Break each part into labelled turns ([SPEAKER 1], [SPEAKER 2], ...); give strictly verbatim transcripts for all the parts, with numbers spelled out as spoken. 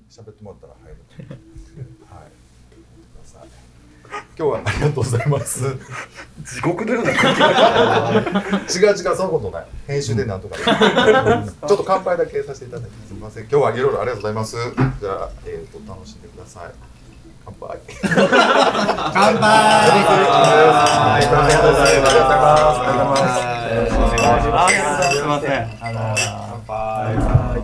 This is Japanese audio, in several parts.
[SPEAKER 1] 喋ってもらったら入ると思う。はい。今日はありがとうございます。
[SPEAKER 2] 地獄のような感じが
[SPEAKER 1] 違う違う、そんなことない。編集でなんとか、うん、ちょっと乾杯だけさせていただいてすみません。今日はいろいろありがとうございます。じゃあ、えーと、楽しんでください。乾杯。乾杯。ありがとうございます。
[SPEAKER 2] ありがとうございます。すみません。あの乾杯。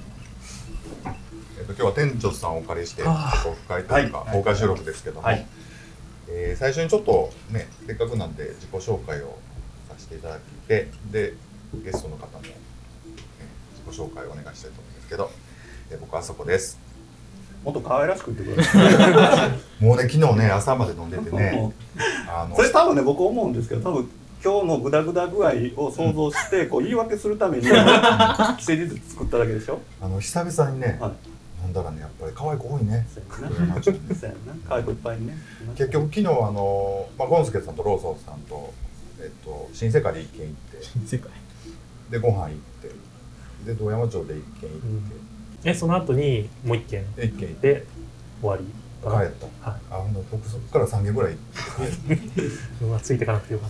[SPEAKER 1] えっと今日は店長さんをお借りしてオフ会というか公開収録ですけども、えー、最初にちょっとね、せっかくなんで自己紹介をさせていただいて、でゲストの方も、ね、自己紹介をお願いしたいと思うんですけど、えー、僕はあそこです。
[SPEAKER 2] もっと可愛らしく言ってくださ
[SPEAKER 1] い。もうね、昨日ね、朝まで飲んでてね
[SPEAKER 2] あのそれ多分ね、僕思うんですけど、多分今日のグダグダ具合を想像してこう言い訳するために既成事実作っただけでしょ。
[SPEAKER 1] あの久々にね、はい、飲んだらね、やっぱり可愛い子多いね。
[SPEAKER 2] 可愛い子いっぱいね。
[SPEAKER 1] 結局昨日あの、まあ、ゴンスケさんとローソンさんと、えっと、新世界で一軒行って、
[SPEAKER 3] 新世界
[SPEAKER 1] でご飯行って、で堂山町で一軒行って、うん、
[SPEAKER 3] えその後にもう一軒
[SPEAKER 1] 一軒行
[SPEAKER 3] って終わり。
[SPEAKER 1] 帰った。はい、あの僕そこからさん軒ぐらい行って、
[SPEAKER 3] うわついていかなくてよかった。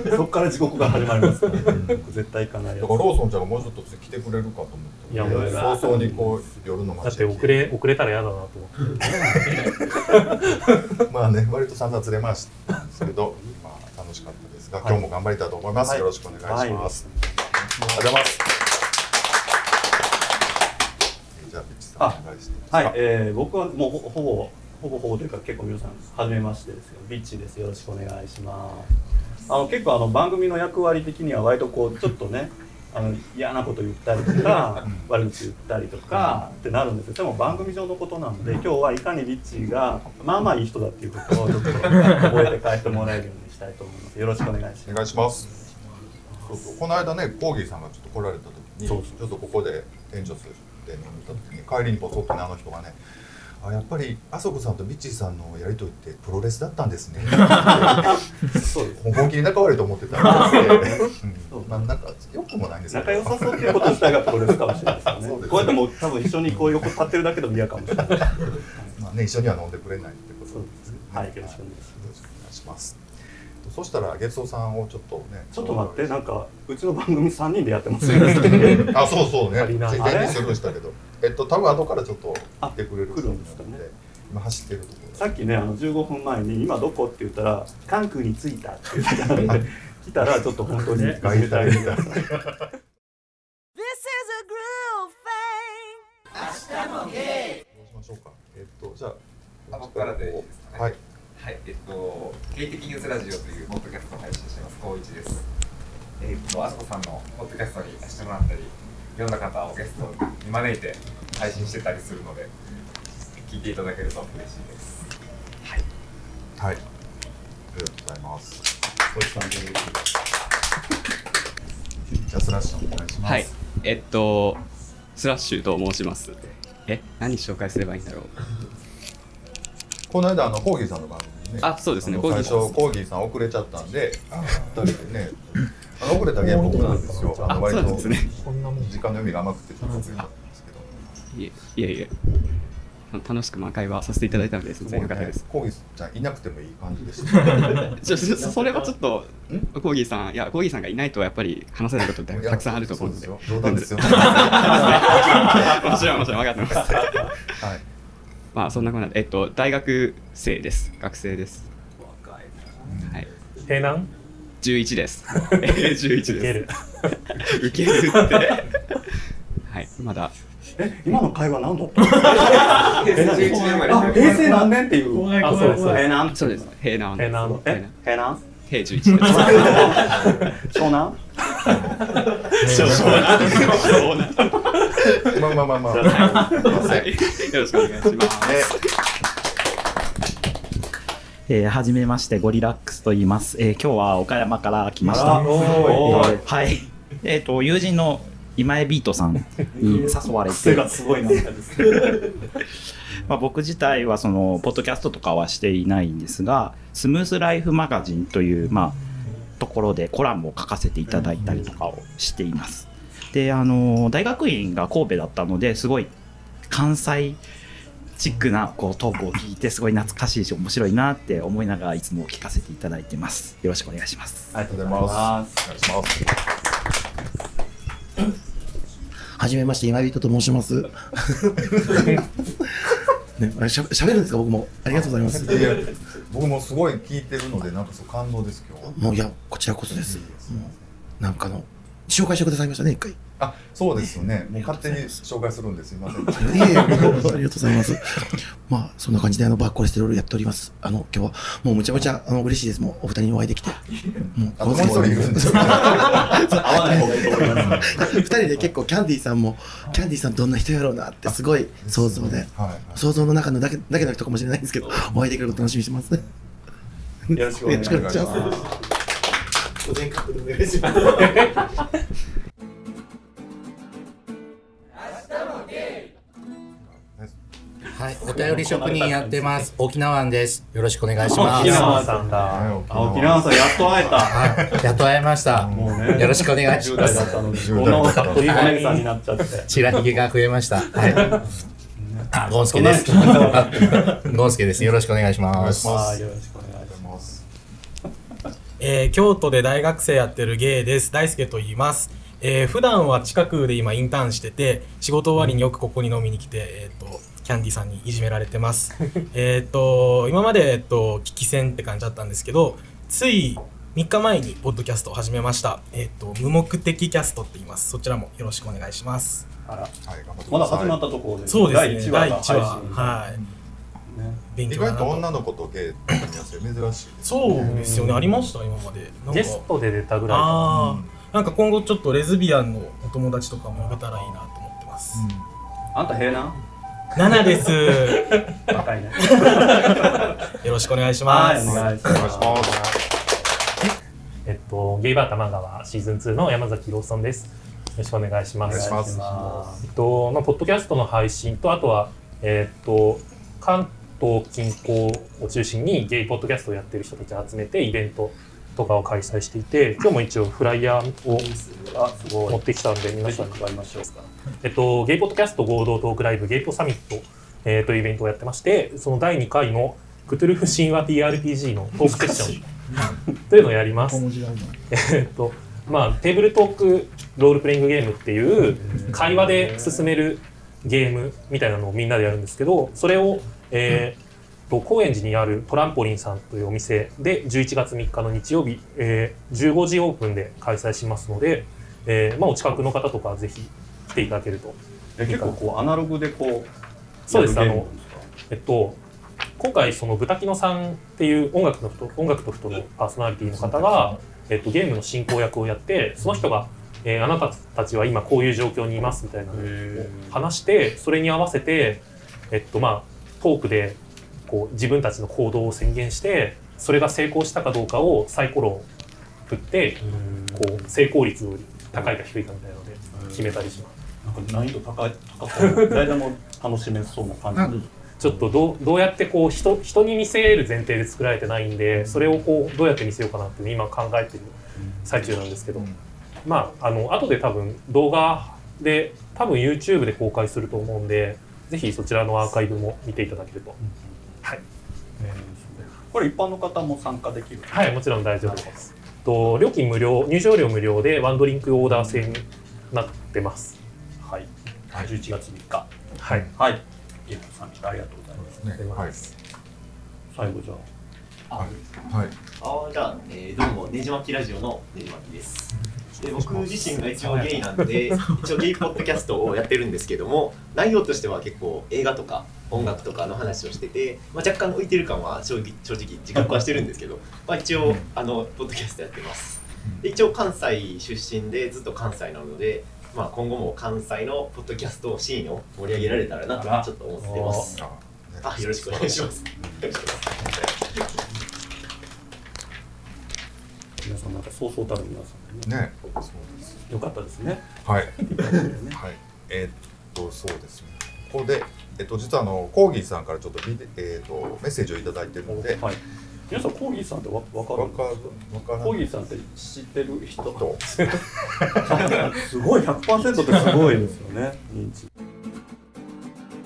[SPEAKER 2] そこから地獄が始まりますから、ね、僕絶対行かないやつ。
[SPEAKER 1] だからローソンちゃんがもうちょっと来てくれるかと思って、いやもう早々にこう夜の街
[SPEAKER 3] だって遅れ遅れたら嫌だなと思って。
[SPEAKER 1] まあね、割と散々連れ回したんですけど、まあ楽しかったですが、今日も頑張りたいと思います。はい、よろしくお願いします。はい、ありがとうございます。じゃあビッチさんお願いしていいですか。
[SPEAKER 2] はい、えー、僕はもうほぼほぼほぼというか結構皆さん初めましてですよ。ビッチです。よろしくお願いします。あの結構あの番組の役割的には割とこうちょっとね、あの嫌なこと言ったりとか悪口言ったりとかってなるんですけど、でも番組上のことなので今日はいかにビッチがまあまあいい人だっていうことをちょっと覚えて帰ってもらえるようにしたいと思います。よろしくお願いします。
[SPEAKER 1] お願いします。そうそう、この間ね、コーギーさんがちょっと来られた時に、そうそうちょっとここで店長するって飲んだ時に帰りにボソッとね、あの人がね、あ、やっぱりあそこさんとビッチーさんのやりとりってプロレスだったんですね。そうです。本気に仲悪いと思ってたんで、うん、まあなんか良くもないんですけど。
[SPEAKER 2] 仲良さそうっていうこと自体がプロレスかもしれないですよね。こうやってもう多分一緒にこう横立ってるだけでも嫌かもしれない。
[SPEAKER 1] まあね、一緒には飲んでくれないってことですけど、ね。
[SPEAKER 2] はい、よろしくお願
[SPEAKER 1] いします。そしたら月尾さんをちょっとね。
[SPEAKER 2] ちょっと待って、なんかうちの番組さんにんでやってますよ
[SPEAKER 1] ね。あ、そうそうね。全然スルーしたけど、えっと多分後からちょっと来てくれる
[SPEAKER 2] 来るんですかね。
[SPEAKER 1] 今走ってるところ。
[SPEAKER 2] さっきね、あのじゅうごふんまえに今どこって言ったら関空に着いたって言ってたので、来たらちょっと本当に外体みたいな。This is a groove
[SPEAKER 1] thing。明日もゲイ。どうしましょうか。えっとじゃ
[SPEAKER 4] あ僕からでいいですかね。
[SPEAKER 1] はい。
[SPEAKER 4] はい、えっと、ゲイ的ニュースラジオというポッドキャストを配信しています、高一です。えっと、あそこさんのポッドキャストにしてもらったり、いろんな方をゲストに招いて配信してたりするので、聞いていただけると嬉しいです。はい。
[SPEAKER 1] はい。ありがとうございます。
[SPEAKER 2] おじさんで
[SPEAKER 1] じゃあスラッシュお願いします。
[SPEAKER 5] はい。えっと、スラッシュと申します。え、何紹介すればいいんだろう。
[SPEAKER 1] この間あのコーギーさんの番組ね。
[SPEAKER 5] あ、そうですね。
[SPEAKER 1] 最初コーギーさん遅れちゃったんで、ふたりでね、あの遅れた原因僕なんですよ。あの割と時間の読みが甘くてちょっと遅れちゃったんですけど。
[SPEAKER 5] いえいえいえ。楽しく魔界はさせていただいたので、全然良かったです。
[SPEAKER 1] コーギーちゃんいなくてもいい感じでした。
[SPEAKER 5] それはちょっとコーギーさん、いやコーギーさんがいないとやっぱり話せないことってたくさんあると思うので。
[SPEAKER 1] 冗談ですよ。も
[SPEAKER 5] ちろんもちろん分かってます。はい。まあそんなことで、えっと大学生です。学生です。
[SPEAKER 2] 若い
[SPEAKER 5] な。はい。
[SPEAKER 3] 定何？
[SPEAKER 5] じゅういちです。え、じゅういちです。受ける。受けるって。はい。まだ。
[SPEAKER 2] え、今の会話何だったの？平成じゅういちねん生まれ。あ、平成何年っていう。
[SPEAKER 3] あ、そうです。
[SPEAKER 5] 平南。そうです。平南。
[SPEAKER 3] 平南。
[SPEAKER 2] え、平南？
[SPEAKER 5] 平じゅういちです。
[SPEAKER 2] 湘南？
[SPEAKER 5] 湘南。湘南。
[SPEAKER 1] まあまあまあまあ。
[SPEAKER 5] よろしくお願いします。
[SPEAKER 6] えー、はじめまして、ゴリラックスと言います。えー、今日は岡山から来ました。えー、はい。えっと、友人の今江ビートさんに誘われて。
[SPEAKER 2] 癖がすごいな。
[SPEAKER 6] まあ僕自体はそのポッドキャストとかはしていないんですが、スムースライフマガジンというまあところでコラムを書かせていただいたりとかをしています。で、あの大学院が神戸だったので、すごい関西チックなこうトークを聞いてすごい懐かしいし面白いなって思いながらいつも聞かせていただいてます。よろしくお願いします。
[SPEAKER 2] ありがとうございます。
[SPEAKER 1] お願いします。
[SPEAKER 7] はじめまして、今人と申します。ね、あれしゃ喋るんですか、僕も。ありがとうございます。
[SPEAKER 1] いや僕もすごい聞いてるので、なんかそう感動です今日。
[SPEAKER 7] もういや、こちらこそです。もうなんかの紹介してくださいましたね、一回。
[SPEAKER 1] あ、そうですよね。もう勝手に紹介するんですいません。
[SPEAKER 7] いえいえ、ありがとうございます。まあそんな感じであのバッコレステロールやっております。あの今日はもうむちゃむちゃあの嬉しいです。もうお二人にお会いできて。もう
[SPEAKER 1] あともう一人いるんですよ。
[SPEAKER 2] 合わない方がいいと思います。
[SPEAKER 7] 二人で結構キャンディーさんもキャンディーさんどんな人やろうなってすごい想像で、想像の中のだけだけの人かもしれないんですけど、お会いできること楽しみにしてますね。
[SPEAKER 2] よろしくお願いします。
[SPEAKER 7] お電話でお願いします。
[SPEAKER 8] はい、お便り職人やってます。沖縄湾です。よろしくお願いします。
[SPEAKER 2] 沖縄さんだ。あ、沖縄さんやっと会えた。
[SPEAKER 8] はい、やっと会えました。もうね、よろしくお願いします。
[SPEAKER 2] じゅう代だったのに、こんなかっこいいお姉さんになっちゃって。
[SPEAKER 8] 白ひげが増えました。はい。あ、ゴンスケです。ゴンスケです。よろしくお願いします。
[SPEAKER 2] よろしくお願いします。
[SPEAKER 9] えー、京都で大学生やってるゲイです。大輔と言います。えー、普段は近くで今インターンしてて、仕事終わりによくここに飲みに来て、えっとキャンディさんにいじめられてます。えっと今まで、えっと、聞き戦って感じだったんですけど、ついみっかまえにポッドキャストを始めました。えっと無目的キャストって言います。そちらもよろしくお願いします。
[SPEAKER 2] あら、はい、まだ始まったところで、
[SPEAKER 9] そうですね。だいいちわ、
[SPEAKER 2] はい。
[SPEAKER 9] 勉強
[SPEAKER 1] 意外と女の子とゲイって組み合わせ珍しいです。
[SPEAKER 9] そうですよね。ありました今まで。
[SPEAKER 3] ゲストで出たぐらい。
[SPEAKER 9] ああ、なんか今後ちょっとレズビアンのお友達とかも呼べたらいいなと思ってます。
[SPEAKER 2] あんた平な？
[SPEAKER 9] ななです。
[SPEAKER 2] 若いね。
[SPEAKER 9] よろしくお願いします。
[SPEAKER 2] お願いします。
[SPEAKER 3] えっとゲイバー玉川シーズンツーの山崎ローソンです。よろしくお願いします。
[SPEAKER 1] お願いします。
[SPEAKER 3] えっとまあポッドキャストの配信とあとはえっと関東近郊を中心にゲイポッドキャストをやってる人たちを集めてイベントとかを開催していて、今日も一応フライヤーを持ってきたんで皆さんに配りましょう。えっとゲイポッドキャスト合同トークライブゲイポサミット、えー、というイベントをやってまして、そのだいにかいのクトゥルフ神話 ティーアールピージー のトークセッションというのをやります。えっとまあテーブルトークロールプレイングゲームっていう会話で進めるゲームみたいなのをみんなでやるんですけど、それを、えーと高円寺にあるトランポリンさんというお店でじゅういちがつみっかの日曜日、えー、じゅうごじオープンで開催しますので、えーまあ、お近くの方とかはぜひ来ていただけると。
[SPEAKER 2] 結構こうアナログでこう
[SPEAKER 3] そうです。あのえっと今回そのブタキノさんっていう音楽の人音楽と人のパーソナリティの方が、えっと、ゲームの進行役をやって、その人が、えー、あなたたちは今こういう状況にいますみたいなのを話して、それに合わせて、えっとまあ、トークでこう自分たちの行動を宣言して、それが成功したかどうかをサイコロを振ってこう成功率より高いか低いかみたいなので決めたりします。
[SPEAKER 2] なんか難易度高い高そう誰でも楽しめそうな感じで
[SPEAKER 3] ちょっとどう、どうやってこう 人, 人に見せる前提で作られてないんで、それをこうどうやって見せようかなっていう今考えてる最中なんですけど、まああの後で多分動画で多分 YouTube で公開すると思うんで、ぜひそちらのアーカイブも見ていただけると。はい、
[SPEAKER 2] えー、これ一般の方も参加できる？
[SPEAKER 3] はい、もちろん大丈夫です。と料金無料、入場料無料でワンドリンクオーダー制になってます。
[SPEAKER 2] はい。じゅういちがつみっか。
[SPEAKER 3] はい。
[SPEAKER 2] はい。ゲイポサミットありがとうございます。
[SPEAKER 1] ね、はい。
[SPEAKER 2] 最後じゃ
[SPEAKER 10] あ。
[SPEAKER 1] はい。
[SPEAKER 10] あ、じゃあ、えー、どうもねじまきラジオのねじまきです。で僕自身が一応ゲイなんで、一応ゲイポッドキャストをやってるんですけども、内容としては結構映画とか音楽とかの話をしてて、まあ、若干浮いてる感は正直、正直自覚はしてるんですけど、まあ、一応あのポッドキャストやってます。で一応関西出身でずっと関西なので、まあ、今後も関西のポッドキャストシーンを盛り上げられたらなとちょっと思ってます。あ、よろしくお願いします。
[SPEAKER 2] 皆さんなんかそうそうたる皆さん
[SPEAKER 1] ね。ね、そうです。
[SPEAKER 2] よかったですね。
[SPEAKER 1] はい。はい。えー、っとそうですね。ここでえっと実はあのコーギーさんからちょっとビデえー、っとメッセージをいただいているので、
[SPEAKER 2] はい。皆さんコーギーさんってわわかる？
[SPEAKER 1] わかる。わからない。
[SPEAKER 2] コーギーさんって知ってる人とすごい ひゃくパーセント ってすごいですよね。認知。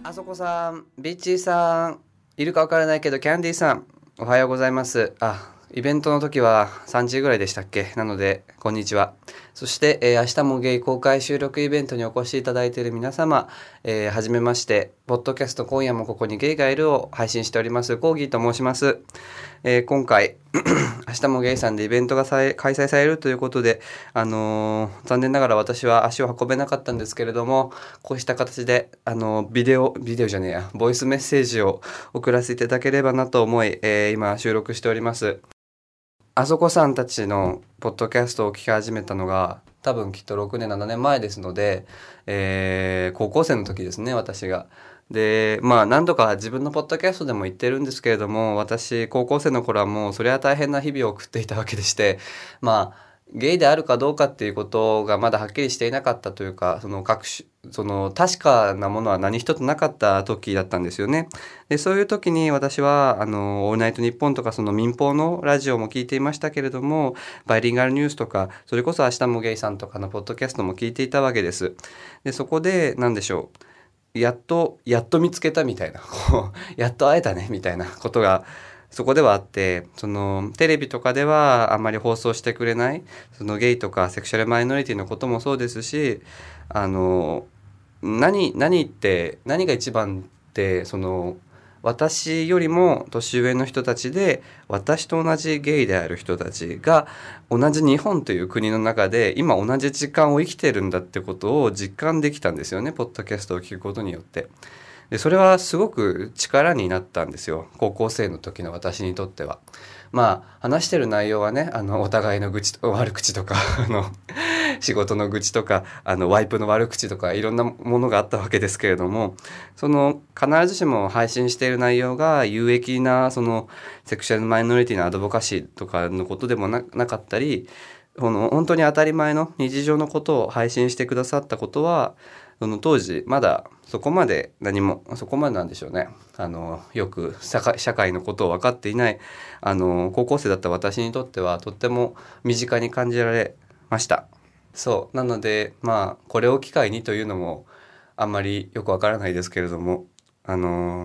[SPEAKER 11] あそこさん、ビッチーさん、いるかわからないけどキャンディーさん、おはようございます。あ、イベントの時はさんじぐらいでしたっけ。なのでこんにちは。そして、えー、明日もゲイ公開収録イベントにお越しいただいている皆様、えー、はじめまして。ポッドキャスト今夜もここにゲイがいるを配信しておりますコーギーと申します。えー、今回明日もゲイさんでイベントがさえ開催されるということで、あのー、残念ながら私は足を運べなかったんですけれども、こうした形で、あのー、ビデオビデオじゃねえやボイスメッセージを送らせていただければなと思い、えー、今収録しております。あそこさんたちのポッドキャストを聞き始めたのが多分きっとろくねんななねんまえですので、えー、高校生の時ですね、私が。で、まあ何度か自分のポッドキャストでも言ってるんですけれども、私高校生の頃はもうそれは大変な日々を送っていたわけでして、まあゲイであるかどうかっていうことがまだはっきりしていなかったというか、その確しその確かなものは何一つなかった時だったんですよね。で、そういう時に私はあのオールナイトニッポンとかその民放のラジオも聞いていましたけれども、バイリンガルニュースとか、それこそ明日もゲイさんとかのポッドキャストも聞いていたわけです。で、そこで何でしょう、やっとやっと見つけたみたいなやっと会えたねみたいなことがそこではあって、そのテレビとかではあんまり放送してくれないそのゲイとかセクシャルマイノリティのこともそうですし、あの何何って何が一番ってその私よりも年上の人たちで、私と同じゲイである人たちが同じ日本という国の中で今同じ時間を生きてるんだってことを実感できたんですよね、ポッドキャストを聞くことによって。でそれはすごく力になったんですよ、高校生の時の私にとっては。まあ話してる内容はね、あのお互いの愚痴と悪口とかあの仕事の愚痴とかあのワイプの悪口とかいろんなものがあったわけですけれども、その必ずしも配信している内容が有益なそのセクシャルマイノリティのアドボカシーとかのことでも な, なかったり、この本当に当たり前の日常のことを配信してくださったことは、その当時まだそこまで何もそこまでなんでしょうね、あのよく社会、社会のことを分かっていないあの高校生だった私にとってはとっても身近に感じられました。そうなので、まあこれを機会にというのもあんまりよくわからないですけれども、あの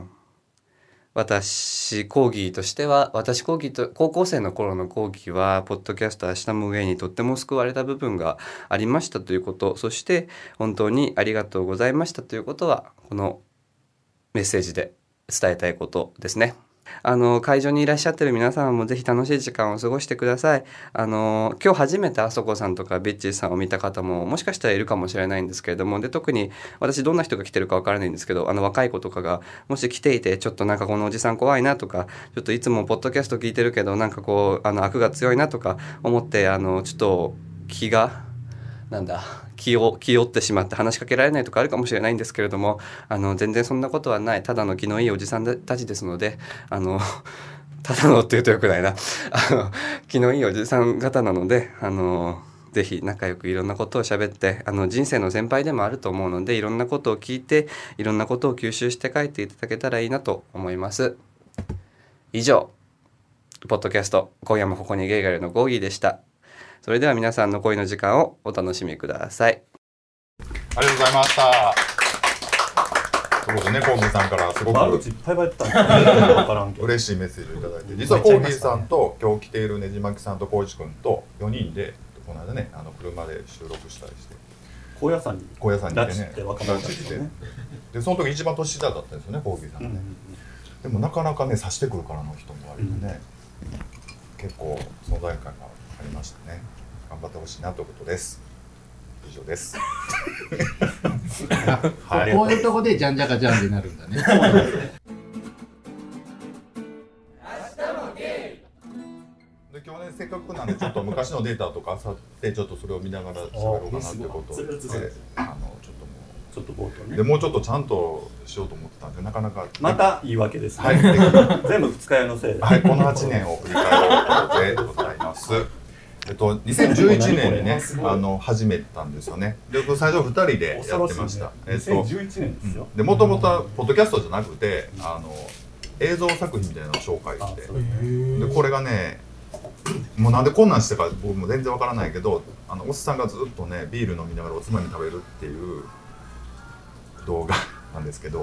[SPEAKER 11] 私コーギーとしては私コーギーと高校生の頃のコーギーはポッドキャスト明日もゲイにとっても救われた部分がありましたということ、そして本当にありがとうございましたということはこのメッセージで伝えたいことですね。あの会場にいらっしゃってる皆様もぜひ楽しい時間を過ごしてください。あの今日初めてあそこさんとかビッチーさんを見た方ももしかしたらいるかもしれないんですけれども、で特に私どんな人が来てるかわからないんですけど、あの若い子とかがもし来ていて、ちょっとなんかこのおじさん怖いなとか、ちょっといつもポッドキャスト聞いてるけどなんかこうあの悪が強いなとか思って、あのちょっと気がなんだ気を気負ってしまって話しかけられないとかあるかもしれないんですけれども、あの全然そんなことはない、ただの気のいいおじさんたちですので、あのただのって言うとよくないなあの気のいいおじさん方なので、あのぜひ仲良くいろんなことを喋って、あの人生の先輩でもあると思うので、いろんなことを聞いていろんなことを吸収して帰っていただけたらいいなと思います。以上ポッドキャスト今夜もここにゲイがいるのゴーギーでした。それでは皆さんの恋の時間をお楽しみください。
[SPEAKER 1] ありがとうございました。ということでね、コーギーさんからすごく
[SPEAKER 2] 悪口いっぱい言ったんですね。分からんけど
[SPEAKER 1] 嬉しいメッセージをいただいて、実はコーギーさんと今日来ているねじまきさんとこういちくんとよにんでこの間ね、あの車で収録したりして、
[SPEAKER 2] 高野山に
[SPEAKER 1] 高野山に行ってね、
[SPEAKER 2] 拉致って若者たちね、
[SPEAKER 1] でその時一番年下だったんですよね、コーギーさんがね、うんうんうん、でもなかなかね、差してくるからの人も割とね、うん、結構存在感がありましたね。頑張ってほしいなということです。以上です。
[SPEAKER 8] はい、こういうとこでじゃんじゃかじゃんになるんだね。
[SPEAKER 1] で今日ね、せっかくなんでちょっと昔のデータとかあさってちょっとそれを見ながら喋ろうかなってことで、あのちょっともう
[SPEAKER 2] ちょっと冒頭ね。
[SPEAKER 1] でもうちょっとちゃんとしようと思ってたんでなかなか
[SPEAKER 2] また言い訳ですね。
[SPEAKER 1] はい、
[SPEAKER 2] 全部二日酔いのせいで。はい、
[SPEAKER 1] このはちねんを振り返ることでございます。えっと、にせんじゅういちねんにね、あの始めたんですよね。で、最初ふたりでやってました。えっと、
[SPEAKER 2] にせんじゅういちねんですよ。
[SPEAKER 1] で、もともとポッドキャストじゃなくて、あの映像作品みたいなのを紹介して、で、これがね、もうなんでこんなんしてか僕も全然わからないけど、あのおっさんがずっとねビール飲みながらおつまみ食べるっていう動画なんですけど、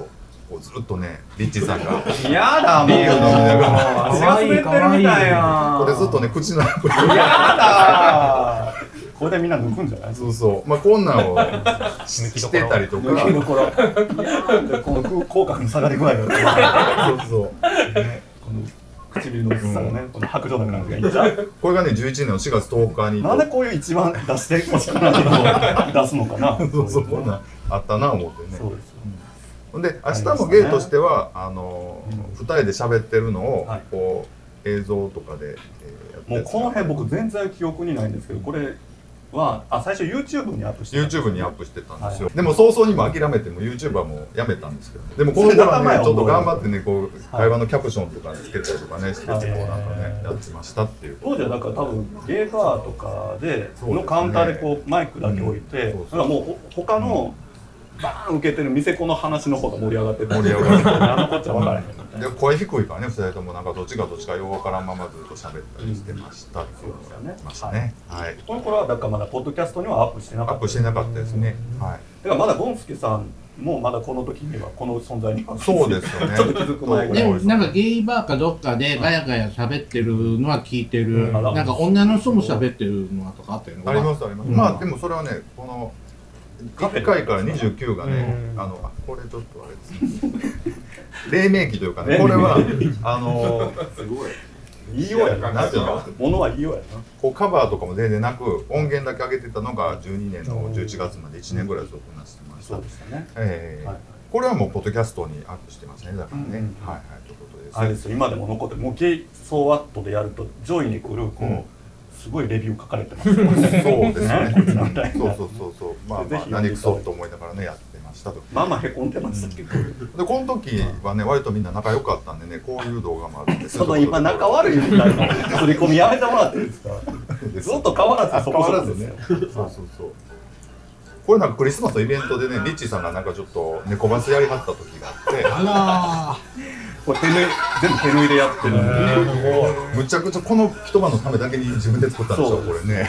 [SPEAKER 1] こうずっとねリッチーさんが
[SPEAKER 2] やだもう
[SPEAKER 1] ビール飲みながら
[SPEAKER 2] 足が滑ってるみたいやん
[SPEAKER 1] これずっとね口の
[SPEAKER 2] やだこれでみんな抜くんじゃない？
[SPEAKER 1] そうそうまあこんなんをしてたりとか
[SPEAKER 2] 抜きどころいやーこの口角の下がり具合が
[SPEAKER 1] そうそう
[SPEAKER 2] ねこの唇の薄さがね、この白状な感じがいいじゃん。
[SPEAKER 1] これがねじゅういちねんのしがつとおかに
[SPEAKER 2] なんでこういう一番出してほしくないのを出すのかな。
[SPEAKER 1] そうそうこんなんあったな思ってね。
[SPEAKER 2] そうですよ。
[SPEAKER 1] ほんで明日もゲイとしてはあのふたりで喋ってるのをこう映像とかでやって
[SPEAKER 2] もうこの辺僕全然記憶にないんですけど、これはあ最初 YouTube にアップして
[SPEAKER 1] YouTube にアップしてたんですよ、はい、でも早々にも諦めても YouTuber もやめたんですけど、でもこの頃はねちょっと頑張ってねこう会話のキャプションとかつけたりとかねしてこうなんかねやってましたっていう
[SPEAKER 2] 当時はだから多分ゲーバーとかでのカウンターでこうマイクだけ置いて、だからもう他のバーン受けてる店子の話の方が盛り上がって
[SPEAKER 1] 盛り上がって
[SPEAKER 2] 何のこっちゃ分からへんみたいな。
[SPEAKER 1] で声低いからねふたりともなんかどっちがどっちかよく分からんままずっと喋ったりしてましたっていうのがやってましたね。はい。
[SPEAKER 2] この頃はだからまだポッドキャストにはアップしてなかった。
[SPEAKER 1] アップしてなかったですね。はい。
[SPEAKER 2] だからまだゴンスケさんもまだこの時にはこの存在には
[SPEAKER 1] そうですよね。
[SPEAKER 2] ちょっと気づく前ぐらい。
[SPEAKER 12] でもなんかゲイバーかどっかでガヤガヤ喋ってるのは聞いてる。なんか女の人も喋ってるのはとかあったよね。
[SPEAKER 1] ありますあります。まあでもそれはねこのいっかいからにじゅうきゅうがね、あのあこれちょっとあれですね黎明期というかね、これはあの
[SPEAKER 2] すごいいいようやな、なんていうのものはいいようやな、
[SPEAKER 1] こうカバーとかも全然なく音源だけ上げてたのがじゅうにねんのじゅういちがつまでいちねんぐらいずっとなしてました。
[SPEAKER 2] そうでしたね。
[SPEAKER 1] ええこれはもうポッドキャストにアップしてますね。だからね、はいはいということです。
[SPEAKER 2] あれですよ、今でも残ってもうゲイソーワットでやると上位に来るこうすごいレビュー書かれてますよね。
[SPEAKER 1] そうですね。
[SPEAKER 2] なんだ
[SPEAKER 1] そうそうそうそう。まあ、まあ、何くそと思いながらねやってましたと。
[SPEAKER 2] まあまあへこんでましたけど。
[SPEAKER 1] でこの時はね割とみんな仲良かったんでねこういう動画もあるんです。
[SPEAKER 2] その今仲悪いみたいな刷り込みやめてもらっていいですか。ずっと変わらずそこそこですね。
[SPEAKER 1] そうそうそう。これなんかクリスマスのイベントでねリッチーさんがなんかちょっと猫バスやりはった時があって。
[SPEAKER 12] あら
[SPEAKER 2] これ手縫い全部手縫いでやってるんで、
[SPEAKER 1] むちゃくちゃこの一晩のためだけに自分で作ったんでしょこれね。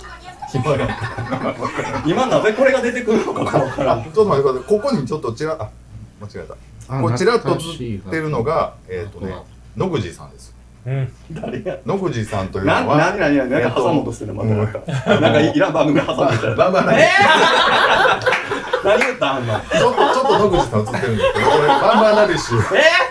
[SPEAKER 2] 今なぜこれが出てくるのか分からん。
[SPEAKER 1] ちょっと待ってください。ここにちょっとちらあ間違えた。これちらっと映ってるのがえっとね野口さんです。
[SPEAKER 2] 誰や。
[SPEAKER 1] 野口さんというのは
[SPEAKER 2] 何何何なんか挟もうとしてるのまたなんかなんかいらん番組挟んでた。
[SPEAKER 1] バンバン何
[SPEAKER 2] 言ったんだ。
[SPEAKER 1] ちょっとちょっと野口さん映ってるんですけどこれバンバンナビッシュ。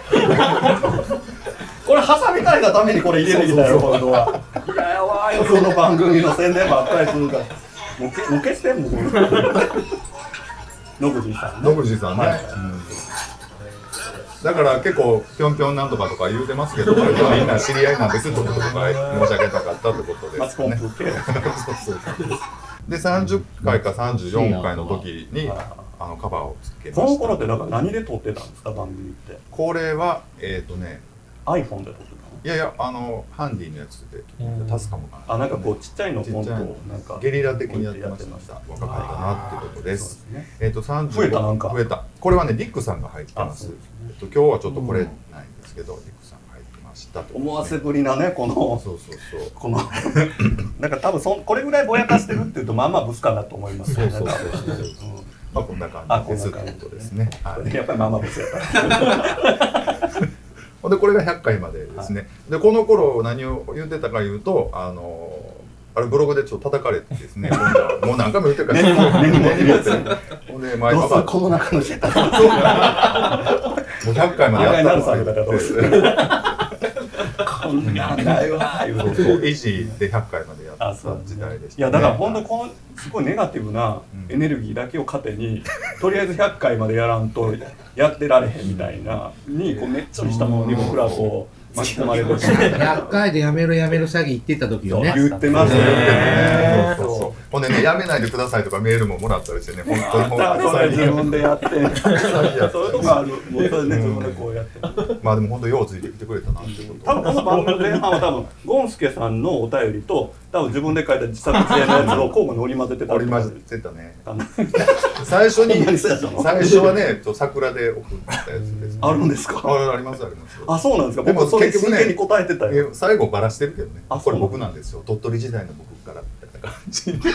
[SPEAKER 2] これ挟みたいがためにこれ入れてきたよ本当は。いややばいよその番組の宣伝ばっかりするから。もうけもう消してんもん。野口さん。
[SPEAKER 1] 野口さんね。だから結構ぴょんぴょんなんとかとか言うてますけど、これみんな知り合いなんですってこととか申し上げたかったってことですね。でさんじゅっかいかさんじゅうよんかいの時にあのカバーをつけました。
[SPEAKER 2] その頃ってなんか何で撮ってたんですか番組って。
[SPEAKER 1] これはえっとね
[SPEAKER 2] iPhone で撮ってたの。
[SPEAKER 1] いやいやあのハンディのやつでタスカもか
[SPEAKER 2] な。あなんかこうちっちゃいのポンとなんか
[SPEAKER 1] ゲリラ的にやってました。若かりかなっていうことです。えっとさんじゅう
[SPEAKER 2] 増えたなんか
[SPEAKER 1] 増えた。これはねリックさんが入ってます。今日はちょっとこれないんですけど、リックさんが入ってましたと、ね。
[SPEAKER 2] 思わせぶりなねこの
[SPEAKER 1] そうそうそう
[SPEAKER 2] このなんか多分そこれぐらいぼやかしてるっていうとまあまあブスかなと思いますよね。
[SPEAKER 1] そうそうそうそう。まあこんな感じですってことですね。
[SPEAKER 2] やっぱりまあまあブスやった。
[SPEAKER 1] でこれがひゃっかいまでですね。でこの頃何を言ってたか言うとあのあれブログでちょっと叩かれてですね。もう何回も言ってるから。
[SPEAKER 2] 根に持ってるやつ。
[SPEAKER 1] ほんで前パパ
[SPEAKER 2] この中の人。もう
[SPEAKER 1] ひゃっかいまでやったのか言って。
[SPEAKER 2] こんなんないわ。
[SPEAKER 1] 維持でひゃっかいまでやった時代でした。
[SPEAKER 2] いやだから本当このすごいネガティブなエネルギーだけを糧にとりあえずひゃっかいまでやらんとやってられへんみたいなにこうめっちゃりしたものに僕らこう。巻き込まれるし。
[SPEAKER 12] ひゃっかいでやめろやめろ詐欺言ってた時よね。
[SPEAKER 2] 言ってますね。
[SPEAKER 1] ほんでねやめないでくださいとかメールももらったりしてね本当に
[SPEAKER 2] 本当に自分でやって。そういうとこある。もうそれね自分でこうやって。
[SPEAKER 1] まあでも本当ようついてきてくれたなってこと。
[SPEAKER 2] 多分この番組前半は多分ゴンスケさんのお便りと多分自分で書いた自作自演のやつを交互に織り交ぜてた。
[SPEAKER 1] 織り交ぜてたね。最初に最初はね桜で送ったやつです。
[SPEAKER 2] あるんですか。
[SPEAKER 1] あありますあります。
[SPEAKER 2] あそうなんですか。僕それ真剣に答えてたよ。
[SPEAKER 1] 最後バラしてるけどね。これ僕なんですよ。鳥取時代の僕からた感じ
[SPEAKER 2] 振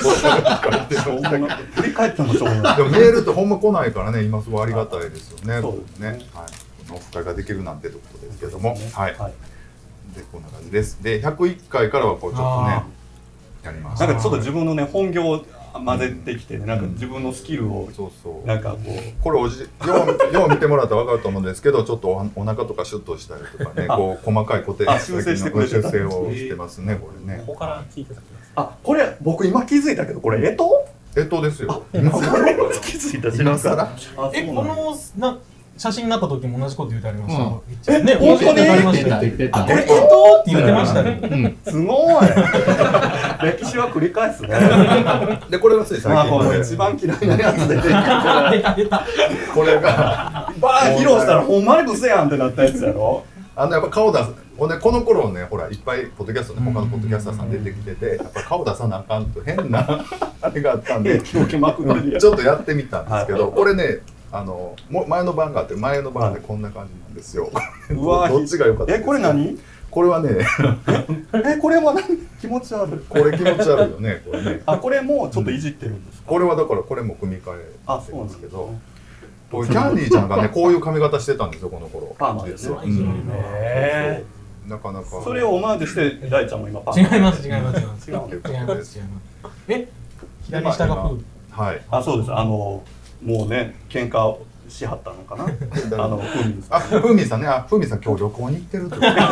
[SPEAKER 2] り返ってもしょうがない。
[SPEAKER 1] でもメールってほんま来ないからね、今すごいありがたいですよね。
[SPEAKER 2] そうですね。
[SPEAKER 1] はい。オフ会ができるなんてということですけども、はい。でこんな感じです。でひゃくいっかいからはこうちょっとねやりました。
[SPEAKER 2] なんかちょっと自分のね本業を混ぜてきてね、なんか自分のスキルを
[SPEAKER 1] そうそう
[SPEAKER 2] なんかこう
[SPEAKER 1] これおじようよう見てもらったら分かると思うんですけど、ちょっと お, お腹とかシュッとしたりとかね、こう細かい固定
[SPEAKER 2] 修正してくれてた
[SPEAKER 1] 修正をしてますね、これね。
[SPEAKER 3] ここから聞いてた。
[SPEAKER 2] あ、これ僕今気づいたけど、これ干支？
[SPEAKER 1] 干支ですよ。
[SPEAKER 2] 今気づいた。知らんか。
[SPEAKER 9] え、このな写真になった時も同じこと言ってありました。
[SPEAKER 2] え、
[SPEAKER 9] ね、
[SPEAKER 2] 本当に？
[SPEAKER 9] ありましたよ。
[SPEAKER 12] 言ってた
[SPEAKER 9] あ、これ干支って言ってましたね。
[SPEAKER 2] すごい。歴史は繰り返すね。
[SPEAKER 1] でこれがつい最近
[SPEAKER 2] まあ一番嫌いなやつで出た。出た。
[SPEAKER 1] これが
[SPEAKER 2] バー披露したらほんまにブスやんってなったやつやろ。
[SPEAKER 1] あのやっぱ顔出す。ほんでこの頃ね、ほらいっぱいポッドキャストね、他のポッドキャスターさん出てきてて、やっぱ顔出さなあかんと変なあれがあったんで、ちょっとやってみたんですけど、これね、あのも前の版があって、前の版でこんな感じなんですよ。
[SPEAKER 2] うわ、
[SPEAKER 1] どっちが良かったですか？
[SPEAKER 2] え、これ何？
[SPEAKER 1] これはね、
[SPEAKER 2] え、これは何？気持ち悪い。
[SPEAKER 1] これ気持ち悪いよね、これね。
[SPEAKER 2] あ、これもちょっといじってるんですか？
[SPEAKER 1] これはだからこれも組み替え
[SPEAKER 2] あ、
[SPEAKER 1] て
[SPEAKER 2] そうなん
[SPEAKER 1] ますけど、こうキャンディーちゃんがねこういう髪型してたんですよ、この頃。
[SPEAKER 2] パーマですよ。
[SPEAKER 1] へー。なかなか。
[SPEAKER 2] それをオマージュして大ちゃんも今パー
[SPEAKER 9] マ。違います違います違います。
[SPEAKER 1] 違うんです。
[SPEAKER 9] 違います違います。え、左下がフー。
[SPEAKER 1] はい。
[SPEAKER 2] あ、そうです。あのもうね喧嘩しはったのかな。あのふみ
[SPEAKER 1] あ、ふみさんね、あ、ふみさん今日旅行に行ってるってことね。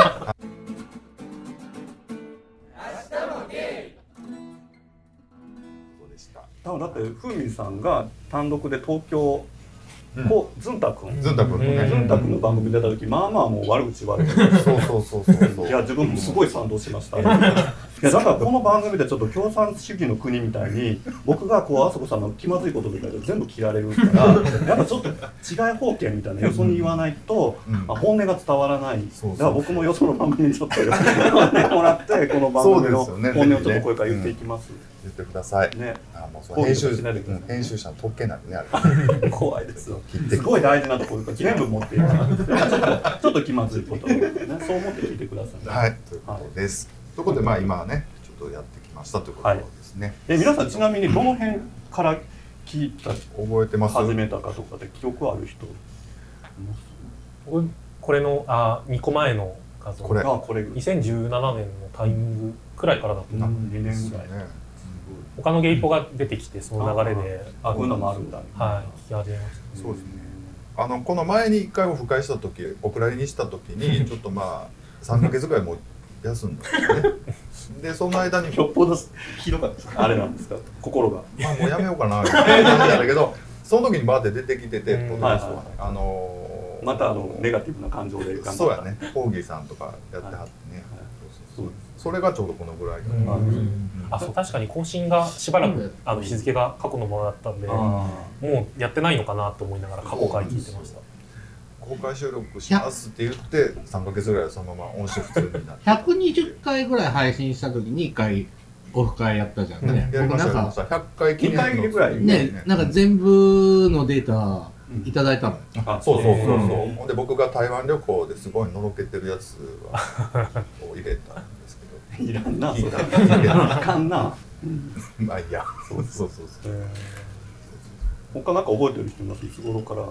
[SPEAKER 2] だってふみさんが単独で東京こうずんたくん
[SPEAKER 1] ずんたくんね、
[SPEAKER 2] ずんたくんの番組出た時、まあまあもう悪口言われて、
[SPEAKER 1] そうそうそうそう。
[SPEAKER 2] いや自分もすごい賛同しました。いやだからこの番組でちょっと共産主義の国みたいに僕がこうあそこさんの気まずいこととかで全部切られるからやっぱちょっと違い方形みたいなよそに言わないと、うん、本音が伝わらない。だから僕もよその番組にちょっと呼んでもらってこの番組の本音をちょっとこれから言っていきます。
[SPEAKER 1] 言ってください。
[SPEAKER 2] ね。
[SPEAKER 1] あ、もうそう編集編集者の特権なんでね、あれ。
[SPEAKER 2] 怖いですよ。すごい大事なところから全部持っていくからちょっとちょっと気まずいことをね、そう思って聞いてください。
[SPEAKER 1] はい、ということです。ということでまあ今はねちょっとやってきましたということですね。
[SPEAKER 2] え、皆さんちなみにどの辺から聞いた
[SPEAKER 1] 覚えてます？
[SPEAKER 2] 始めたかとかで記憶ある人？
[SPEAKER 3] これのあにこまえの画像。
[SPEAKER 1] これ。
[SPEAKER 2] あ、これ。
[SPEAKER 3] にせんじゅうななねんのタイミングくらいからだった。
[SPEAKER 2] にねんぐらい。
[SPEAKER 3] 他のゲイポが出てきてその流れで、
[SPEAKER 2] あ、こういうのもあるんだ。
[SPEAKER 3] はい、聞き始めました。
[SPEAKER 1] そうですね。あのこの前にいっかいオフ会した時、お蔵入りにした時にちょっとまあさんかげつぐらいもう休んだんですね。でその間に
[SPEAKER 2] よっぽどひどかったですか？あれなんですか？心が。
[SPEAKER 1] まあもうやめようかなみたいな感じなんだけど、その時にバーって出てきてて、あの
[SPEAKER 2] またあのネガティブな感情で。
[SPEAKER 1] そうやね。コーギーさんとかやってはってね。それがちょうどこのぐらい。
[SPEAKER 3] あ、そう、確かに更新がしばらくあの日付が過去のものだったんで、もうやってないのかなと思いながら過去回聞いてました。
[SPEAKER 1] 公開収録しますって言ってさんかげつぐらいそのまま音声普通になって。
[SPEAKER 12] ひゃくにじゅっかいぐらい配信した時にいっかいオフ会やったじゃんね。
[SPEAKER 1] やりましたやりました。ひゃっかい記念の
[SPEAKER 2] ぐらい
[SPEAKER 12] ね、なんか全部のデータいただいたの。
[SPEAKER 1] あ、そうそうそうそう。ほんで僕が台湾旅行ですごいのろけてるやつはを入れた。
[SPEAKER 2] いらんな、それ。あかんな。
[SPEAKER 1] まあいや、そうそうそうそう。
[SPEAKER 2] 他なんか覚えてる人います？いつ頃から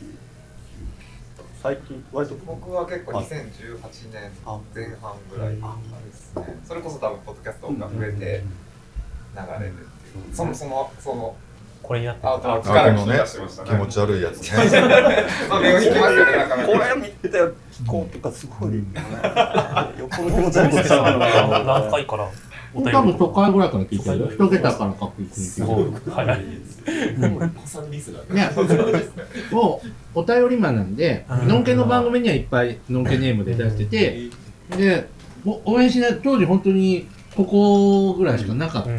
[SPEAKER 2] 最近割と
[SPEAKER 4] 僕は結構にせんじゅうはちねんぜん半ぐらいですね。それこそ多分ポッドキャストが増えて流れるっていう。そもそもその
[SPEAKER 3] これになって
[SPEAKER 4] アウトロックから聞き出しましたね。
[SPEAKER 1] 気持ち悪いやつね。
[SPEAKER 4] まあ目を引きますよね、なかなか。
[SPEAKER 2] これ見て聞こうとかすごい。横の気持ち悪いことしたのか
[SPEAKER 3] 何回から。
[SPEAKER 12] 多分初回ぐらいから聞いてるよ。一桁から確実に。
[SPEAKER 3] すごい。早い。
[SPEAKER 12] ね、もうお便りマンなんで、ノンケの番組にはいっぱいノンケネームで出してて、で、応援しない当時本当にここぐらいしかなかったから、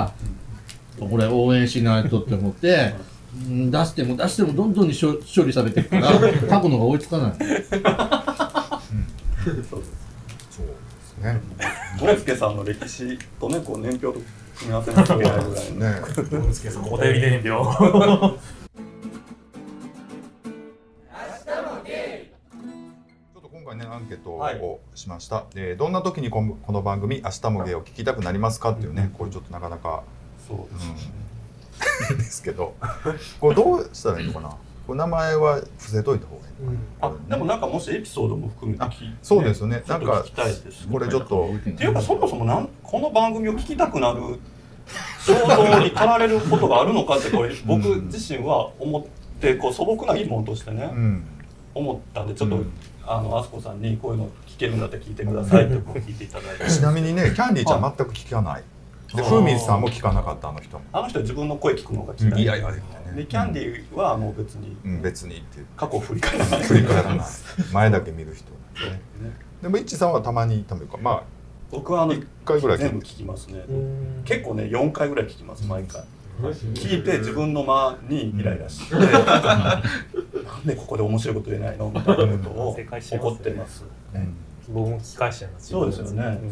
[SPEAKER 12] これ応援しないとって思って、出しても出してもどんどんに処理されてるから、過去のが追いつかない。
[SPEAKER 2] ね、ゴンスケさんの歴史とね、こう年表と組み合わせなきゃいけないぐらいのね。
[SPEAKER 3] ゴンスケさんお便り年表。ちょっ
[SPEAKER 1] と今回ねアンケートトをしました、はい、えー、どんな時にこのこの番組「明日もゲイ」を聞きたくなりますかっていうね、これちょっとなかなか
[SPEAKER 2] そうですね、
[SPEAKER 1] うん、ですけどこれどうしたらいいのかな。これ名前は伏せといた方がいいのかな、うん、
[SPEAKER 2] あでもなんかもしエピソードも含めて聞いて、ね、
[SPEAKER 1] そうですよね、なんか
[SPEAKER 2] 聞きたいですね、
[SPEAKER 1] これちょっと
[SPEAKER 2] っていうかそもそもなんこの番組を聞きたくなる衝動に駆られることがあるのかってこれ僕自身は思ってこう素朴な疑問としてね、うん、思ったんでちょっと、うん、あのあすこさんにこういうの聞けるんだったら聞いてくださいって聞いていただいて
[SPEAKER 1] ちなみにねキャンディーちゃん全く聞かないでふうみんさんも聞かなかった。あの人も
[SPEAKER 2] あの人は自分の声聞くのが嫌い、うん、いやいや、ね、でキャンディーはもう別に、
[SPEAKER 1] うん、別にっていう
[SPEAKER 2] 過去を振り返らない
[SPEAKER 1] 振り返らない前だけ見る人なんで、ね、でもイッチさんはたまにというかまあ
[SPEAKER 2] 僕はあの
[SPEAKER 1] いっかいぐらい
[SPEAKER 2] 全部聞きますね。結構ねよんかいぐらい聞きます毎回。聞いて自分の間にイライラして、うん、なんでここで面白いこと言えないのみたいなことを怒ってます。
[SPEAKER 3] 僕も聞き返しちゃいます。
[SPEAKER 2] そうですよね。そうなんです。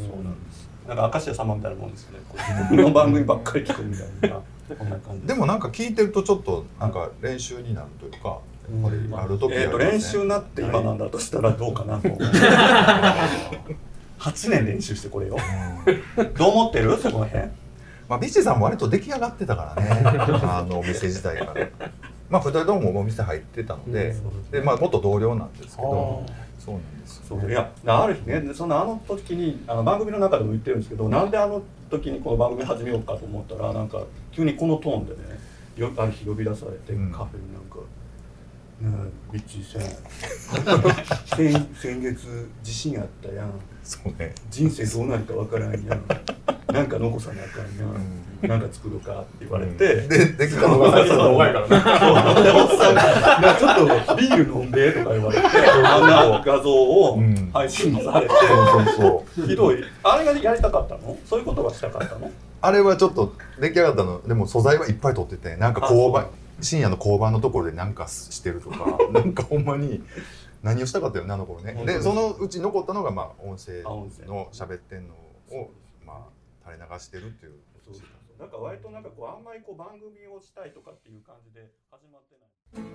[SPEAKER 2] なんか明石家さんまみたいなもんですよね。この番組ばっかり聞くみたいなこんな感じ。
[SPEAKER 1] でもなんか聞いてるとちょっとなんか練習になるというか。やっぱりある時
[SPEAKER 2] えっと練習になって今なんだとしたらどうかなと思う。はちねん練習してこれよ。どう思ってるそこら辺？
[SPEAKER 1] まあビッチさんも割と出来上がってたからね。あのお店自体から。まあふたりともお店入ってたので、でまあ元同僚なんですけど、そうなんですよ、ね。
[SPEAKER 2] いやある日ね、そのあの時にあの番組の中でも言ってるんですけど、なんであの時にこの番組始めようかと思ったらなんか急にこのトーンでね、よある日呼び出されて、うん、カフェになんか。ねえ、ビッチさん先, 先月地震あったやん。
[SPEAKER 1] そうね。
[SPEAKER 2] 人生どうなるかわからんやん。なんか残さなあかんやん。うん、なんか作るかって言われて。うん、で、できたのが最初の長いからね。で、おっさんがちょっとビール飲んでとか言われて、あんな画像を配信されて、そうそうそう。ひどい。あれがやりたかったの？そういうことがしたかったの？
[SPEAKER 1] あれはちょっと出来上がったの。でも素材はいっぱい取ってて、なんか勾配。深夜の交番のところで何かしてるとかなんかほんまに何をしたかったよねあの頃ね。でそのうち残ったのがまあ音声の喋ってんのをまあ垂れ流してるっていう。
[SPEAKER 2] なんか割となんかこうあんまりこう番組をしたいとかっていう感じで始まって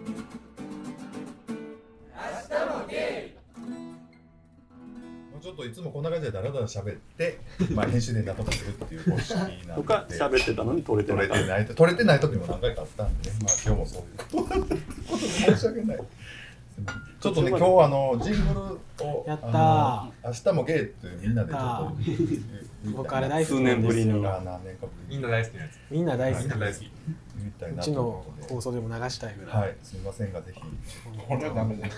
[SPEAKER 2] ない。明日もゲイ。
[SPEAKER 1] ちょっといつもこんな感じでだらだら喋って、まあ編集でなんとかするっていう方式なんで。
[SPEAKER 2] とか喋ってたのに撮れてない。
[SPEAKER 1] 撮れてない。撮れてない時も何回かあったんでね。まあ今日もそういうことで申し訳ない。ちょっとね今日あのジングルを
[SPEAKER 9] やったー。
[SPEAKER 1] 明日もゲイってみんなでちょっと
[SPEAKER 9] 僕あれ大好き
[SPEAKER 2] 数年ぶりに
[SPEAKER 1] 何年かぶり
[SPEAKER 4] みんな大好きなやつ。
[SPEAKER 9] みんな大好き。
[SPEAKER 4] みんな大好き。
[SPEAKER 9] うちの放送でも流したいぐらい。
[SPEAKER 1] はい。すみませんがぜひ。
[SPEAKER 12] これはダメです。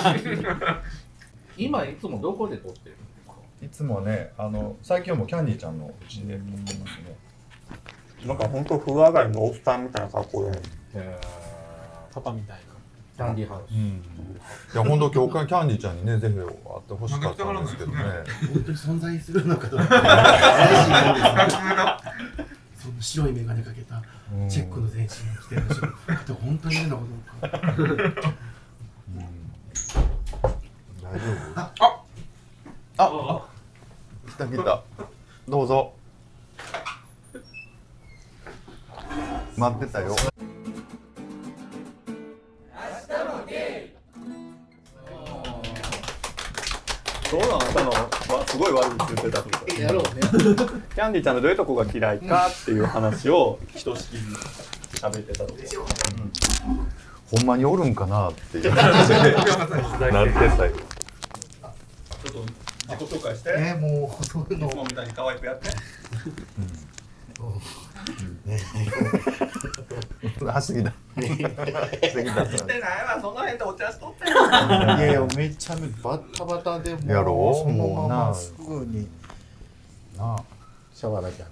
[SPEAKER 12] 今いつもどこで撮ってる？
[SPEAKER 1] いつもね、あの最近はもうキャンディーちゃんのうちで撮ってますね。
[SPEAKER 2] なんか本当風上がりのおっさんみたいな格好で、
[SPEAKER 9] パパみたいな
[SPEAKER 12] キャンディーハウス。
[SPEAKER 1] うん、いや本当今日キャンディーちゃんにねぜひ会ってほしかったんですけどね。
[SPEAKER 7] 本当に存在するのかどうか怪しいもんですね。その白い眼鏡かけたチェックの全身を着てる人、本当にいるのかどうか。
[SPEAKER 1] 大丈夫？あああ来た来た。どうぞ。待ってたよ。
[SPEAKER 2] そうなのあなたのはすごい悪口言ってたとか。
[SPEAKER 12] やろうね。
[SPEAKER 2] キャンディーちゃんのどういうとこが嫌いかっていう話をひとしきり喋ってたとか。
[SPEAKER 1] ほんまにおるんかなっていう話でなってたよ。
[SPEAKER 2] ちょっと自己紹介して。
[SPEAKER 7] えー、もうそういうの。
[SPEAKER 2] いつもみたいに可愛くやって。
[SPEAKER 1] 走りだ。走りだ。
[SPEAKER 2] してないわ、その辺でお茶しとってる。
[SPEAKER 7] いやいや、めちゃめちゃバタバタでもう
[SPEAKER 1] やろう
[SPEAKER 7] そのまますぐに
[SPEAKER 1] なあ
[SPEAKER 7] シャワーだけあって。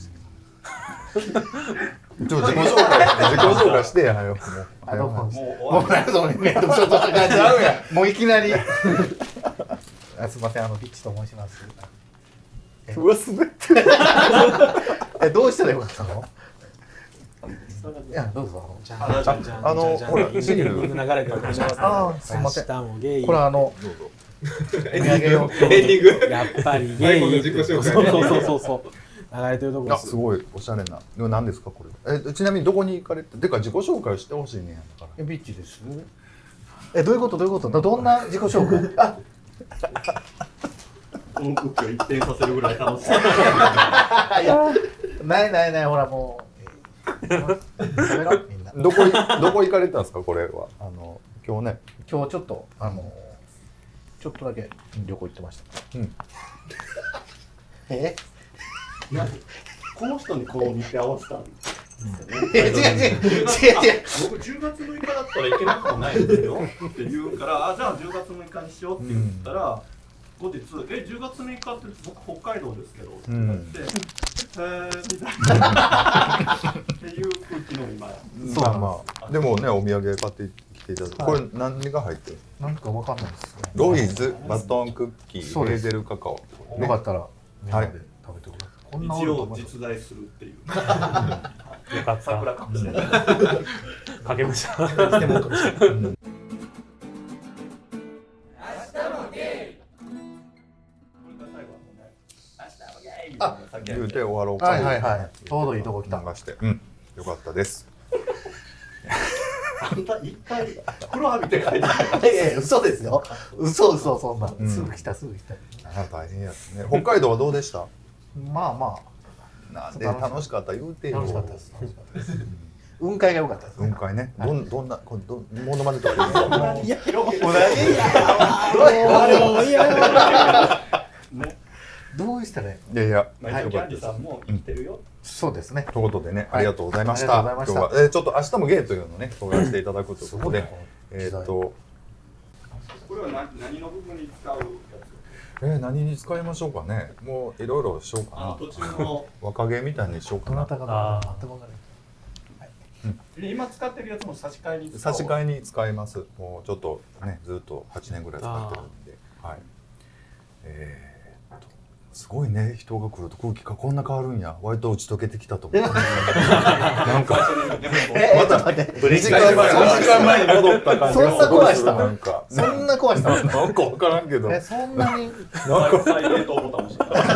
[SPEAKER 1] ちょっと自己紹介自己紹介してやはよ。
[SPEAKER 7] あのもうもうなんかそのね、どうしようとした感じ。もういきなり。あ、すみません、あのビッチと申します。
[SPEAKER 2] うわ滑ってる。
[SPEAKER 7] え、どうしたらよかったの？いや、どうぞ。
[SPEAKER 9] じゃあ、じゃあ、じゃあ、
[SPEAKER 1] あのほら
[SPEAKER 9] シングル流れております。
[SPEAKER 7] ああ、すみません。
[SPEAKER 9] 明日もゲイ。
[SPEAKER 7] これあの
[SPEAKER 1] どうぞ。
[SPEAKER 2] エンディング。
[SPEAKER 9] やっぱりゲイ。そうそうそうそう。流れてるところ。
[SPEAKER 1] あ、すごいおしゃれな。何ですかこれ？え、ちなみにどこに行かれて？てか自己紹介してほしいねやから。
[SPEAKER 7] ビッチです。え、どういうことどういうこと？どんな自己紹介？あ、
[SPEAKER 2] この空気を一転させるぐらい楽しい。
[SPEAKER 12] いや、ないないない、ほらもう。喋ろうみんな。
[SPEAKER 1] どこいどこ行かれたんですかこれは。あの今日ね。
[SPEAKER 12] 今日ちょっとあのちょっとだけ旅行行ってました。うん。え？
[SPEAKER 2] この人にこの日程合わせたん
[SPEAKER 12] 違う違う違う違う。
[SPEAKER 2] 僕じゅうがつむいかだったらいけなくもないんですよって言うから、あじゃあじゅうがつむいかにしようって言ったら、後日えじゅうがつむいかって僕北海道ですけどって言って、えーみたいなっていう空気の今。
[SPEAKER 1] まあまあでもねお土産買ってきていただいて、これ何が入ってる？
[SPEAKER 12] なんかわかんないですね。
[SPEAKER 1] ロイズバトンクッキーヘーゼルカカオ。
[SPEAKER 12] よかったらみんなで
[SPEAKER 1] はい
[SPEAKER 12] 食べてください。
[SPEAKER 2] 一応実在するっていう。
[SPEAKER 3] よかった。
[SPEAKER 2] 桜かもしれない。
[SPEAKER 3] 影武者。
[SPEAKER 12] してもかもしれない。うん。
[SPEAKER 1] あ、言うて終わろうか。
[SPEAKER 12] はいはいはい。ちょうどいいとこ来た。
[SPEAKER 1] 流して、うん、よかったです。
[SPEAKER 2] あんた一回風呂浴びて帰って。
[SPEAKER 12] いやいや嘘ですよ。嘘嘘そんな。
[SPEAKER 1] うん
[SPEAKER 12] すぐ来たすぐ来た。
[SPEAKER 1] あ大変やつね。北海道はどうでした？
[SPEAKER 12] まあまあ。
[SPEAKER 1] なんで楽しかった言うてよ。
[SPEAKER 12] 楽しかったです。楽しかったです。雲海が良かったです。
[SPEAKER 1] 雲海ね。どんどんなこどモノマネとか
[SPEAKER 12] いや
[SPEAKER 2] 広げる。
[SPEAKER 12] どうしたらいい？
[SPEAKER 1] いやいや、
[SPEAKER 2] まあ、キャンディさんも生きてるよ。
[SPEAKER 12] そうですね。
[SPEAKER 1] ということでね、ありがとうございました。
[SPEAKER 12] ありがとうございました
[SPEAKER 1] 今日はえちょっと明日もゲイというのをね、登壇していただくということで、えっと
[SPEAKER 2] これは何何の部分に使うや
[SPEAKER 1] えー、何に使いましょうかね。もういろいろしようかな。
[SPEAKER 2] あ途中の
[SPEAKER 1] 若気みたいにしようかな。
[SPEAKER 12] あ
[SPEAKER 2] 今使ってるやつも差し替えに使う。
[SPEAKER 1] 差し替えに使います。もうちょっとね、ずっとはちねんぐらい使ってるんで、はい。えーすごいね、人が来ると空気がこんな変わるんや。割と打ち解けてきたと思う。なんかまたにじかんまえに戻った感じがすごいする。なんか
[SPEAKER 12] そんな壊した
[SPEAKER 1] なんか分からんけど。
[SPEAKER 12] えそんなに
[SPEAKER 2] なんか再冷凍ボタン押してた。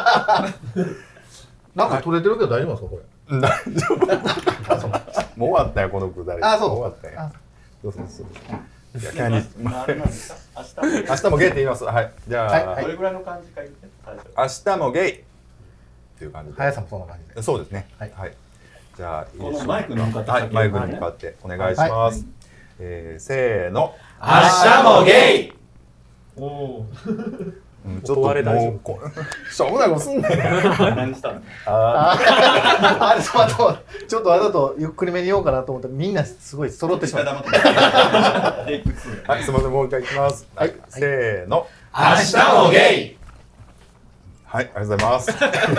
[SPEAKER 12] なんか取れてるけど大丈夫ですかこれ？
[SPEAKER 1] 大丈夫。もう終わったよこのくだり。
[SPEAKER 12] あそう
[SPEAKER 1] 終わったよ。そうそうそう。いやキャンディ
[SPEAKER 2] 何なんですか？明日
[SPEAKER 1] 明日もゲイって言います。はい。じゃあ
[SPEAKER 2] どれぐらいの感じか言って最初。
[SPEAKER 1] 明日もゲイっていう感じで。
[SPEAKER 12] 速さもそんな感じで。
[SPEAKER 1] そうですね。
[SPEAKER 12] はい。
[SPEAKER 1] じゃあ
[SPEAKER 2] このマイクに向かって
[SPEAKER 1] はいマイクに向かってお願いします。えーせーの。
[SPEAKER 10] 明日もゲイ。
[SPEAKER 2] おお。
[SPEAKER 1] ちょっともうこしょうもないことすんねん。
[SPEAKER 2] 何したの？
[SPEAKER 12] ああれそうとちょっとわざとゆっくりめに言おうかなと思ってみんなすごい揃ってしまった。
[SPEAKER 1] はいすみませんもう一回いきます。はいせーの。
[SPEAKER 10] 明日もゲイ。
[SPEAKER 1] はいありがとうございます。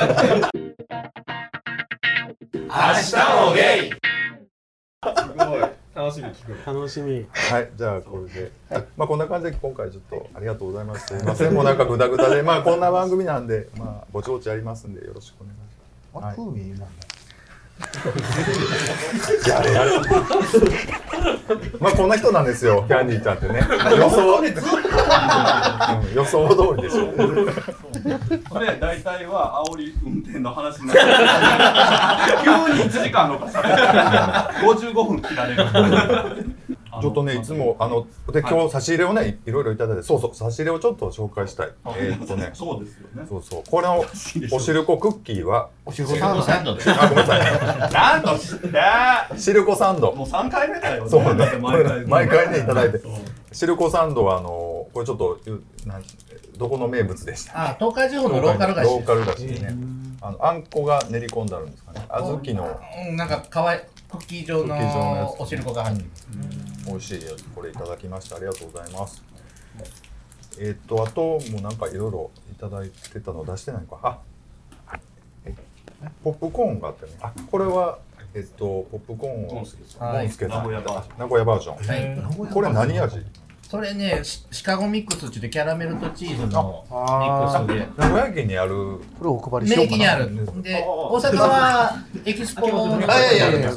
[SPEAKER 10] 明日もゲイ。
[SPEAKER 2] すごい楽しみ聞く。
[SPEAKER 3] 楽しみ。
[SPEAKER 1] はいじゃあこれで、まあこんな感じで今回ちょっとありがとうございます。すみませんもうなんかグダグダでまあこんな番組なんでまあぼちぼちやりますんでよろしくお願いします。
[SPEAKER 12] あ風味なんだ。
[SPEAKER 1] やれやれ。まあこんな人なんですよキャンディーちゃんってね。予想、うん、予想通りでしょ。
[SPEAKER 2] で大体は煽り運転の話になって急にいちじかんのかしゃべる。ごじゅうごふん切られる。
[SPEAKER 1] ちょっとねいつもあので今日差し入れをねいろいろいただいてそうそう差し入れをちょっと紹介したい。えーっとね
[SPEAKER 2] そうですよね。
[SPEAKER 1] そうそうこれのおしるこクッキーは
[SPEAKER 12] おしるこサンドです。
[SPEAKER 1] あごめんなさい。
[SPEAKER 2] なんと知って
[SPEAKER 1] しるこサンド。
[SPEAKER 2] もうさんかいめだよね。
[SPEAKER 1] そうね
[SPEAKER 2] 毎回
[SPEAKER 1] 毎回ねいただいてしるこサンドはあのこれちょっとなんどこの名物でした。
[SPEAKER 12] あ東海地方のローカル菓子。
[SPEAKER 1] ローカル菓子ね。あのあんこが練り込んであるんですかね。小豆の
[SPEAKER 12] うんなんかかわいクッキー状
[SPEAKER 1] クッキー状のやつ
[SPEAKER 12] のおしるこが入ってる。
[SPEAKER 1] 美味しいやつこれいただきましたありがとうございます。えっとあともうなんかいろいろいただいてたの出してないのかあえポップコーンがあってねあこれはえっとポップコーンをゴンスケさん名古屋バージョン名古屋バージョンこれ何味？
[SPEAKER 12] それねシカゴミックスって言ってキャラメルとチーズのミックスで
[SPEAKER 1] 名古屋駅にある
[SPEAKER 12] これお配りしようかな。名駅にあるで大阪はエキスポのあいやいやいや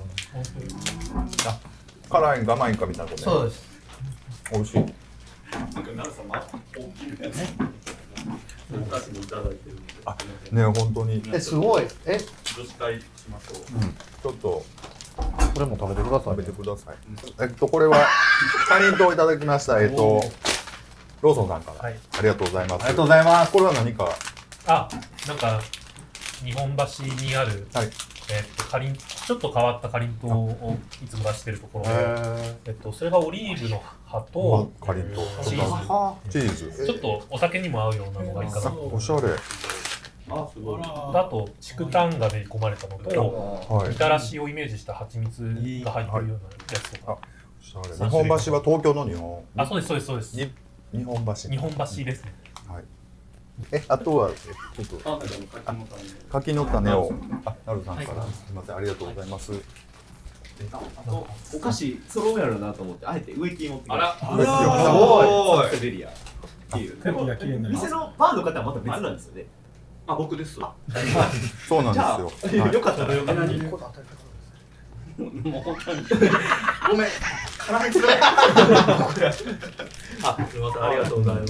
[SPEAKER 1] 辛いんか甘いんかみたいなことね。
[SPEAKER 12] そうです。
[SPEAKER 1] 美味しい。
[SPEAKER 2] なんか奈良さん大きいね。お菓子もいただいてるんで。
[SPEAKER 1] あね本当に。
[SPEAKER 12] えすごいえ
[SPEAKER 2] 女子会しましょう。
[SPEAKER 1] ちょっと
[SPEAKER 12] これも食べてください。
[SPEAKER 1] 食べてください。えっとこれはかりんとういただきました。えっとローソンさんから、
[SPEAKER 3] はい、
[SPEAKER 1] ありがとうございます。
[SPEAKER 13] ありがとうございます。
[SPEAKER 1] これは何か。
[SPEAKER 3] あ、なんか日本橋にある、はい、えっとかりんちょっと変わったかりんとうをいつも出してるところで、えっとそれがオリーブの葉と
[SPEAKER 1] かりんとう、
[SPEAKER 3] チーズ、
[SPEAKER 1] チーズ、
[SPEAKER 3] ちょっとお酒にも合うようなのがいいかな。
[SPEAKER 1] おしゃれ。
[SPEAKER 2] あ、すごい。
[SPEAKER 3] あと竹炭が練り込まれたのと、みたらしをイメージした蜂蜜が入ってるようなやつとか。
[SPEAKER 1] 日本橋は東京の日本。
[SPEAKER 3] あ、そうですそうですそうです。
[SPEAKER 1] 日本橋。
[SPEAKER 3] 日本橋ですね。
[SPEAKER 1] はい。え、あとはちょっと柿の種を、あ、なるさんから、すみません、ありがとうございます。
[SPEAKER 10] あとお菓子揃うやろうなと思ってあえて植木持ってきました。
[SPEAKER 1] あら、
[SPEAKER 10] すごい。セベリアっていう。
[SPEAKER 9] 空気が綺麗になります。
[SPEAKER 10] 店のバーの方はまた別なんですよね。
[SPEAKER 2] あ、僕です。
[SPEAKER 1] そうなんです
[SPEAKER 10] よ。よかったよ。
[SPEAKER 2] もう本当に。
[SPEAKER 10] ごめん。絡みつらい。
[SPEAKER 2] あ、すみません、ありがとうございます。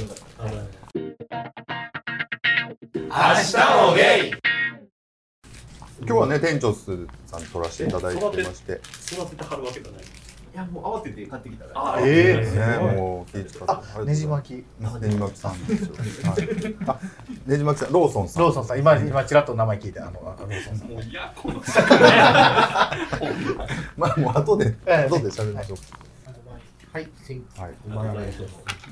[SPEAKER 1] 明日もゲイ。今日はね、店長さん撮らせていただいてまして。
[SPEAKER 2] 育ててはるわけじゃない。
[SPEAKER 10] いや、もう慌てて買ってきたら。
[SPEAKER 2] あ、
[SPEAKER 1] ええ、ね、もう気使って。
[SPEAKER 13] ねじ巻き。
[SPEAKER 1] ねじ巻きさんですよ。あ、ねじ巻きさん、ローソンさん。
[SPEAKER 13] ローソンさん、今今ちらっと名前聞いて、あのローソンさん。
[SPEAKER 2] もういや、この。
[SPEAKER 1] まあもう後で後で喋りましょう。
[SPEAKER 13] はい、
[SPEAKER 1] はい。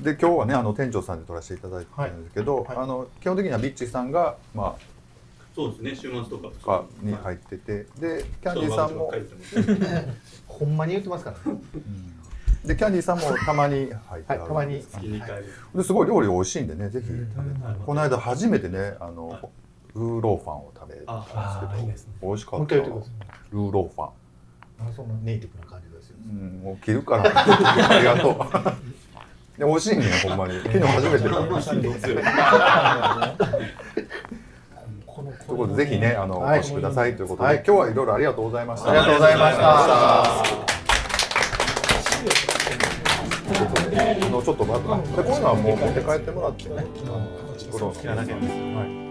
[SPEAKER 1] で今日はね、あの店長さんで撮らせていただいてるんですけど、あの基本的にはビッチさんがまあ。
[SPEAKER 2] そうですね、週末とか
[SPEAKER 1] かに入ってて、でキャンディーさんも
[SPEAKER 13] ほんまに言ってますからね。
[SPEAKER 1] でキャンディーさんもたまに入ってある。
[SPEAKER 13] たまに。
[SPEAKER 1] ですごい料理美味しいんでね、ぜひ食べて。この間初めてね、あのルーローファンを食べたんですけど、美味しかった。ルーローファン。
[SPEAKER 13] そんなネイティブな感じですよ。
[SPEAKER 1] うん、もう切るから。ありがとう。で美味しいね、ほんまに。昨日初めて食べました。ということでぜひね、あのお越しくださいということで、今日はいろいろありがとうございました。
[SPEAKER 13] ありがとうございました。
[SPEAKER 1] ちょっとまた、こういうのはもう持って帰ってもらってね。
[SPEAKER 2] 好きなだけです。
[SPEAKER 1] はい。